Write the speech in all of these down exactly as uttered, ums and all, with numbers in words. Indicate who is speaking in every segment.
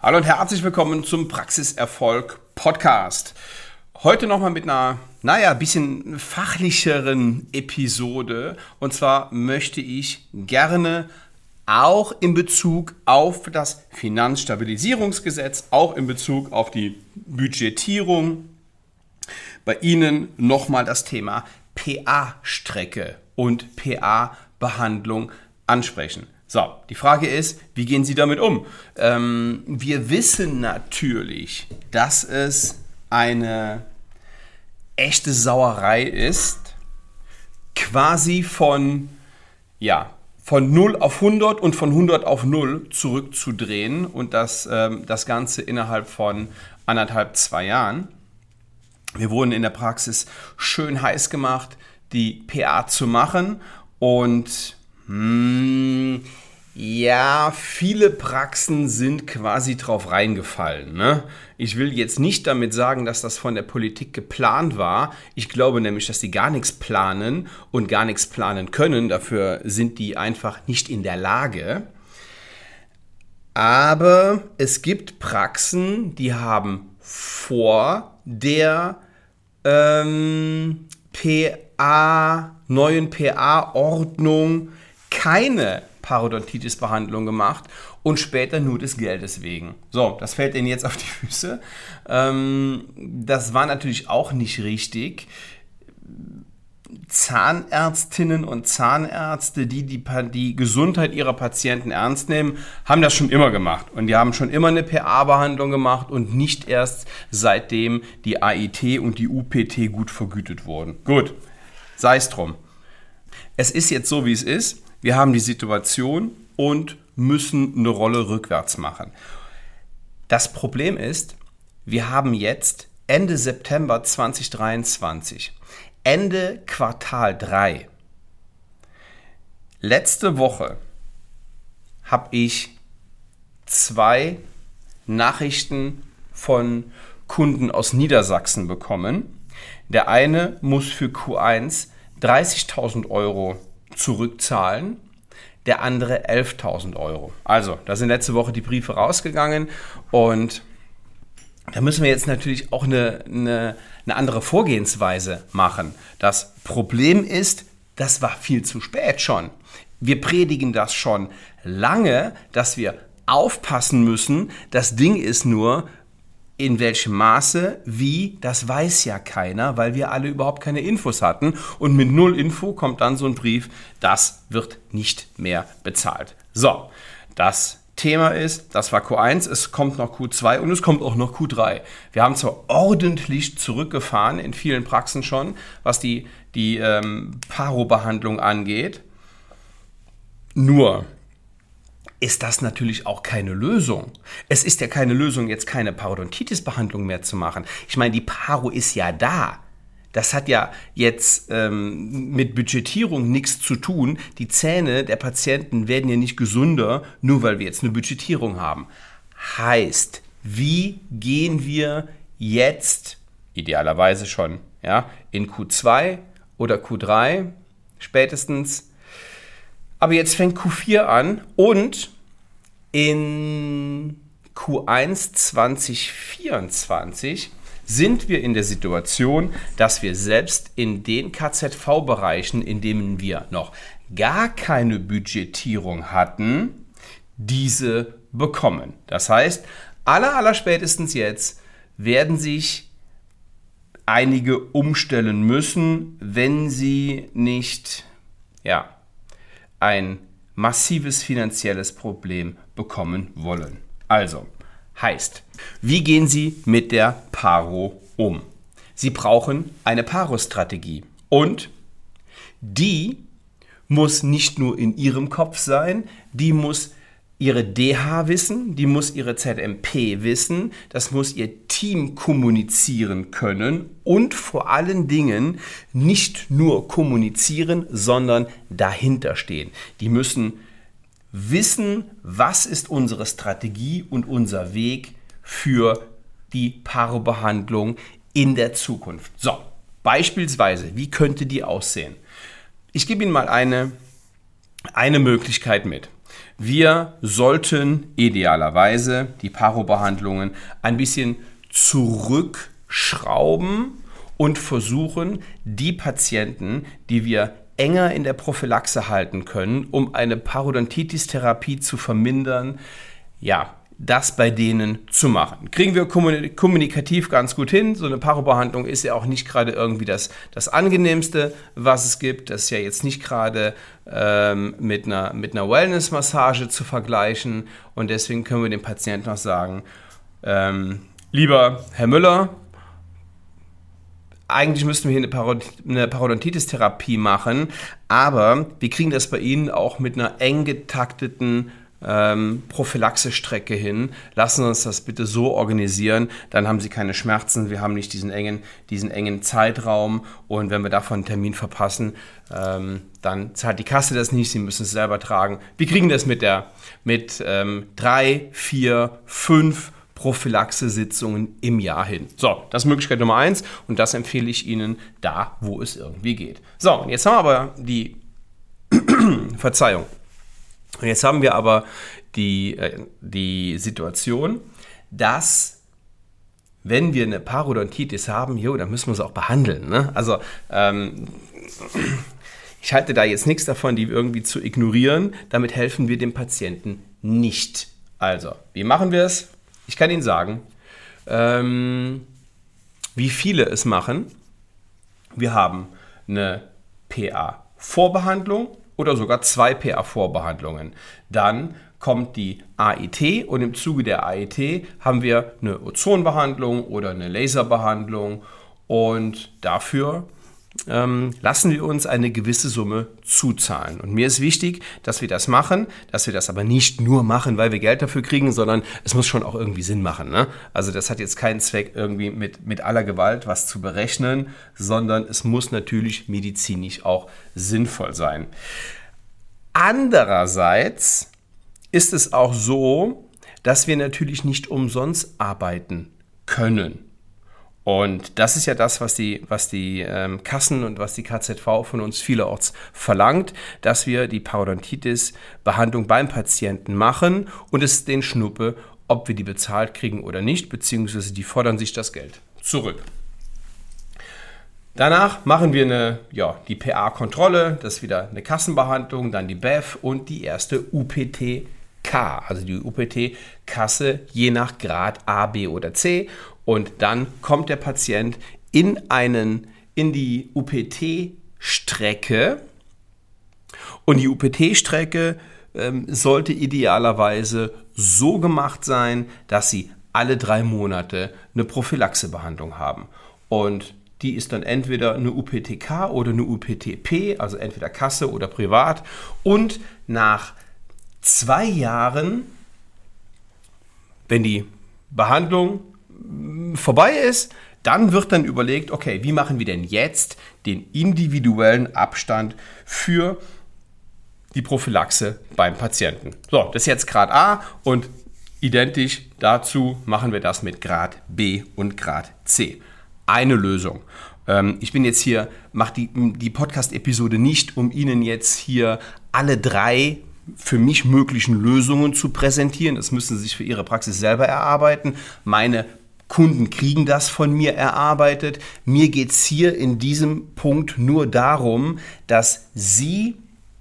Speaker 1: Hallo und herzlich willkommen zum Praxiserfolg Podcast. Heute nochmal mit einer, naja, bisschen fachlicheren Episode. Und zwar möchte ich gerne auch in Bezug auf das Finanzstabilisierungsgesetz, auch in Bezug auf die Budgetierung, bei Ihnen nochmal das Thema P A-Strecke und P A-Behandlung ansprechen. So, die Frage ist, wie gehen Sie damit um? Ähm, wir wissen natürlich, dass es eine echte Sauerei ist, quasi von, ja, von null auf hundert und von hundert auf null zurückzudrehen und das, ähm, das Ganze innerhalb von anderthalb, zwei Jahren. Wir wurden in der Praxis schön heiß gemacht, die P A zu machen und hm, ja, viele Praxen sind quasi drauf reingefallen, ne? Ich will jetzt nicht damit sagen, dass das von der Politik geplant war. Ich glaube nämlich, dass die gar nichts planen und gar nichts planen können. Dafür sind die einfach nicht in der Lage. Aber es gibt Praxen, die haben vor der ähm, P A, neuen P A-Ordnung keine Parodontitis-Behandlung gemacht und später nur des Geldes wegen. So, das fällt Ihnen jetzt auf die Füße. Ähm, das war natürlich auch nicht richtig. Zahnärztinnen und Zahnärzte, die, die die Gesundheit ihrer Patienten ernst nehmen, haben das schon immer gemacht. Und die haben schon immer eine P A-Behandlung gemacht und nicht erst seitdem die A I T und die U P T gut vergütet wurden. Gut, sei es drum. Es ist jetzt so, wie es ist. Wir haben die Situation und müssen eine Rolle rückwärts machen. Das Problem ist, wir haben jetzt Ende September zweitausenddreiundzwanzig, Ende Quartal drei. Letzte Woche habe ich zwei Nachrichten von Kunden aus Niedersachsen bekommen. Der eine muss für Q eins dreißigtausend Euro zurückzahlen, der andere elftausend Euro. Also, da sind letzte Woche die Briefe rausgegangen und da müssen wir jetzt natürlich auch eine, eine, eine andere Vorgehensweise machen. Das Problem ist, das war viel zu spät schon. Wir predigen das schon lange, dass wir aufpassen müssen. Das Ding ist nur, in welchem Maße, wie, das weiß ja keiner, weil wir alle überhaupt keine Infos hatten. Und mit null Info kommt dann so ein Brief, das wird nicht mehr bezahlt. So, das Thema ist, das war Q eins, es kommt noch Q zwei und es kommt auch noch Q drei. Wir haben zwar ordentlich zurückgefahren, in vielen Praxen schon, was die, die ähm, Paro-Behandlung angeht. Nur ist das natürlich auch keine Lösung. Es ist ja keine Lösung, jetzt keine Parodontitis-Behandlung mehr zu machen. Ich meine, die Paro ist ja da. Das hat ja jetzt ähm, mit Budgetierung nichts zu tun. Die Zähne der Patienten werden ja nicht gesünder, nur weil wir jetzt eine Budgetierung haben. Heißt, wie gehen wir jetzt, idealerweise schon, ja, in Q zwei oder Q drei spätestens, aber jetzt fängt Q vier an und in Q eins zweitausendvierundzwanzig sind wir in der Situation, dass wir selbst in den K Z V-Bereichen, in denen wir noch gar keine Budgetierung hatten, diese bekommen. Das heißt, aller, aller spätestens jetzt werden sich einige umstellen müssen, wenn sie nicht, ja, ein massives finanzielles Problem bekommen wollen. Also, heißt, wie gehen Sie mit der Paro um? Sie brauchen eine Paro-Strategie und die muss nicht nur in Ihrem Kopf sein, die muss Ihre D H wissen, die muss Ihre Z M P wissen, das muss Ihr Team kommunizieren können und vor allen Dingen nicht nur kommunizieren, sondern dahinter stehen. Die müssen wissen, was ist unsere Strategie und unser Weg für die Paro-Behandlung in der Zukunft. So, beispielsweise, wie könnte die aussehen? Ich gebe Ihnen mal eine, eine Möglichkeit mit. Wir sollten idealerweise die Parobehandlungen ein bisschen zurückschrauben und versuchen, die Patienten, die wir enger in der Prophylaxe halten können, um eine Parodontitis-Therapie zu vermindern, ja, das bei denen zu machen. Kriegen wir kommunikativ ganz gut hin. So eine Parobehandlung ist ja auch nicht gerade irgendwie das, das Angenehmste, was es gibt. Das ist ja jetzt nicht gerade ähm, mit einer, mit einer Wellness-Massage zu vergleichen. Und deswegen können wir dem Patienten auch sagen, ähm, lieber Herr Müller, eigentlich müssten wir hier eine, Parod- eine Parodontitis-Therapie machen, aber wir kriegen das bei Ihnen auch mit einer eng getakteten Ähm, Prophylaxe-Strecke hin. Lassen Sie uns das bitte so organisieren, dann haben Sie keine Schmerzen, wir haben nicht diesen engen, diesen engen Zeitraum und wenn wir davon einen Termin verpassen, ähm, dann zahlt die Kasse das nicht, Sie müssen es selber tragen. Wir kriegen das mit, der, mit ähm, drei, vier, fünf Prophylaxe-Sitzungen im Jahr hin. So, das ist Möglichkeit Nummer eins und das empfehle ich Ihnen da, wo es irgendwie geht. So, und jetzt haben wir aber die Verzeihung. Und jetzt haben wir aber die, äh, die Situation, dass wenn wir eine Parodontitis haben, jo, dann müssen wir sie auch behandeln. Ne? Also ähm, ich halte da jetzt nichts davon, die irgendwie zu ignorieren. Damit helfen wir dem Patienten nicht. Also, wie machen wir es? Ich kann Ihnen sagen, ähm, wie viele es machen. Wir haben eine P A-Vorbehandlung oder sogar zwei P A-Vorbehandlungen. Dann kommt die A I T und im Zuge der A I T haben wir eine Ozonbehandlung oder eine Laserbehandlung und dafür ähm, lassen wir uns eine gewisse Summe zuzahlen. Und mir ist wichtig, dass wir das machen, dass wir das aber nicht nur machen, weil wir Geld dafür kriegen, sondern es muss schon auch irgendwie Sinn machen. Ne? Also das hat jetzt keinen Zweck, irgendwie mit, mit aller Gewalt was zu berechnen, sondern es muss natürlich medizinisch auch sinnvoll sein. Andererseits ist es auch so, dass wir natürlich nicht umsonst arbeiten können. Und das ist ja das, was die, was die ähm, Kassen und was die K Z V von uns vielerorts verlangt, dass wir die Parodontitis-Behandlung beim Patienten machen und es den Schnuppe, ob wir die bezahlt kriegen oder nicht, beziehungsweise die fordern sich das Geld zurück. Danach machen wir eine, ja, die P A-Kontrolle, das ist wieder eine Kassenbehandlung, dann die B E F und die erste U P T K, also die U P T-Kasse je nach Grad A, B oder C. Und dann kommt der Patient in, einen, in die U P T-Strecke und die U P T-Strecke ähm, sollte idealerweise so gemacht sein, dass Sie alle drei Monate eine Prophylaxebehandlung haben. Und die ist dann entweder eine U P T K oder eine U P T P, also entweder Kasse oder privat. Und nach zwei Jahren, wenn die Behandlung vorbei ist, dann wird dann überlegt, okay, wie machen wir denn jetzt den individuellen Abstand für die Prophylaxe beim Patienten. So, das ist jetzt Grad A und identisch dazu machen wir das mit Grad B und Grad C. Eine Lösung. Ähm, ich bin jetzt hier, mache die, die Podcast-Episode nicht, um Ihnen jetzt hier alle drei für mich möglichen Lösungen zu präsentieren. Das müssen Sie sich für Ihre Praxis selber erarbeiten. Meine Kunden kriegen das von mir erarbeitet. Mir geht es hier in diesem Punkt nur darum, dass Sie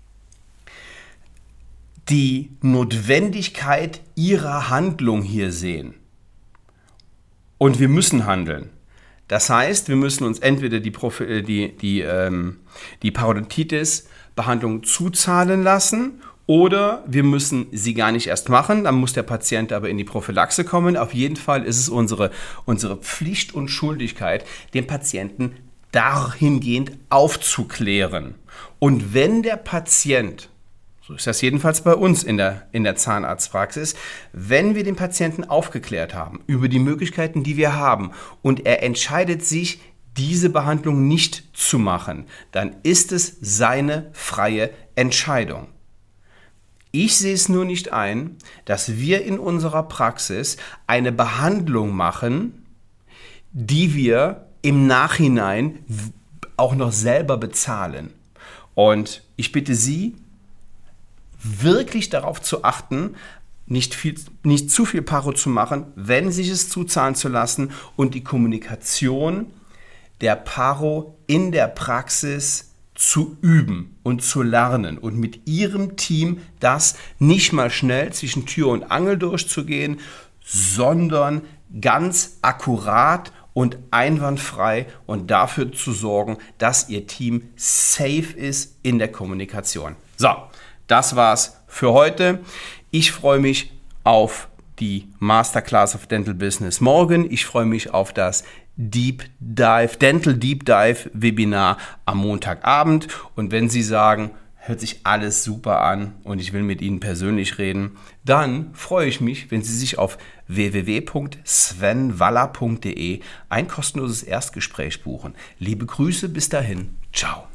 Speaker 1: die Notwendigkeit Ihrer Handlung hier sehen. Und wir müssen handeln. Das heißt, wir müssen uns entweder die, Profi- die, die, ähm, die Parodontitis-Behandlung zuzahlen lassen oder wir müssen sie gar nicht erst machen, dann muss der Patient aber in die Prophylaxe kommen. Auf jeden Fall ist es unsere, unsere Pflicht und Schuldigkeit, den Patienten dahingehend aufzuklären. Und wenn der Patient, so ist das jedenfalls bei uns in der, in der Zahnarztpraxis, wenn wir den Patienten aufgeklärt haben über die Möglichkeiten, die wir haben und er entscheidet sich, diese Behandlung nicht zu machen, dann ist es seine freie Entscheidung. Ich sehe es nur nicht ein, dass wir in unserer Praxis eine Behandlung machen, die wir im Nachhinein auch noch selber bezahlen. Und ich bitte Sie, wirklich darauf zu achten, nicht, viel, nicht zu viel Paro zu machen, wenn sich es zuzahlen zu lassen und die Kommunikation der Paro in der Praxis zu üben und zu lernen und mit ihrem Team das nicht mal schnell zwischen Tür und Angel durchzugehen, sondern ganz akkurat und einwandfrei und dafür zu sorgen, dass ihr Team safe ist in der Kommunikation. So, das war's für heute. Ich freue mich auf die Masterclass of Dental Business morgen. Ich freue mich auf das Deep Dive, Dental Deep Dive Webinar am Montagabend. Und wenn Sie sagen, hört sich alles super an und ich will mit Ihnen persönlich reden, dann freue ich mich, wenn Sie sich auf w w w punkt sven waller punkt de ein kostenloses Erstgespräch buchen. Liebe Grüße, bis dahin. Ciao.